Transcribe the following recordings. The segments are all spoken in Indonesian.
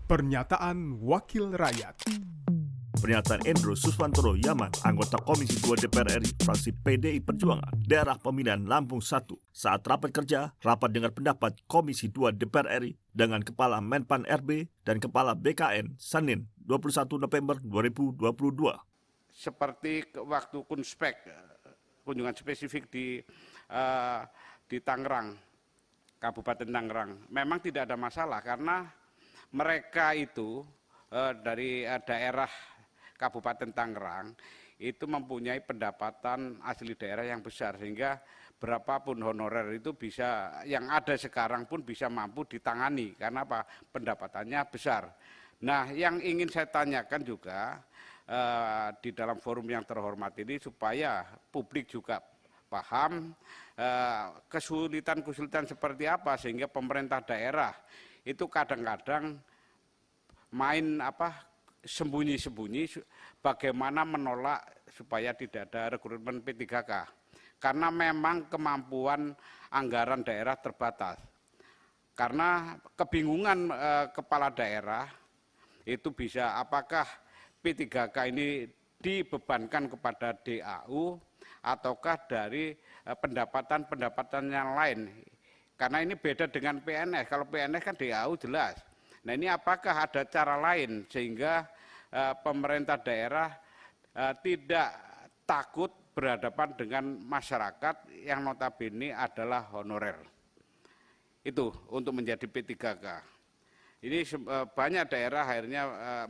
Pernyataan Wakil Rakyat. Pernyataan Endro Suswantoro Yaman, anggota Komisi 2 DPR RI, fraksi PDI Perjuangan, daerah pemilihan Lampung 1, saat rapat kerja, rapat dengar pendapat Komisi 2 DPR RI dengan Kepala Menpan RB dan Kepala BKN, Senin 21 November 2022. Seperti waktu kunjungan spesifik di Tangerang, Kabupaten Tangerang, memang tidak ada masalah karena mereka itu dari daerah Kabupaten Tangerang itu mempunyai pendapatan asli daerah yang besar, sehingga berapapun honorer itu bisa, yang ada sekarang pun bisa mampu ditangani karena apa? Pendapatannya besar. Nah, yang ingin saya tanyakan juga di dalam forum yang terhormat ini supaya publik juga paham kesulitan-kesulitan seperti apa, sehingga pemerintah daerah itu kadang-kadang main sembunyi-sembunyi bagaimana menolak supaya tidak ada rekrutmen P3K. Karena memang kemampuan anggaran daerah terbatas. Karena kebingungan kepala daerah itu bisa apakah P3K ini dibebankan kepada DAU ataukah dari pendapatan yang lain. Karena ini beda dengan PNS. Kalau PNS kan DAU jelas. Nah, ini apakah ada cara lain sehingga pemerintah daerah tidak takut berhadapan dengan masyarakat yang notabene adalah honorer. Itu untuk menjadi P3K. Ini banyak daerah akhirnya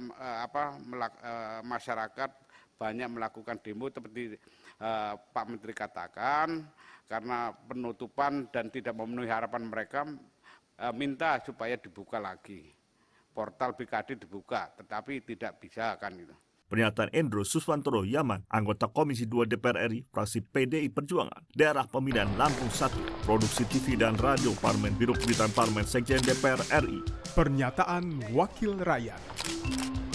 masyarakat banyak melakukan demo seperti Pak Menteri katakan, karena penutupan dan tidak memenuhi harapan mereka, minta supaya dibuka lagi. Portal BKD dibuka, tetapi tidak bisa kan itu. Pernyataan Endro Suswantoro Yaman, anggota Komisi 2 DPR RI, fraksi PDI Perjuangan, daerah pemilihan Lampung 1, produksi TV dan radio Parlemen Biro Pemberitaan Parlemen Sekjen DPR RI. Pernyataan Wakil Rakyat.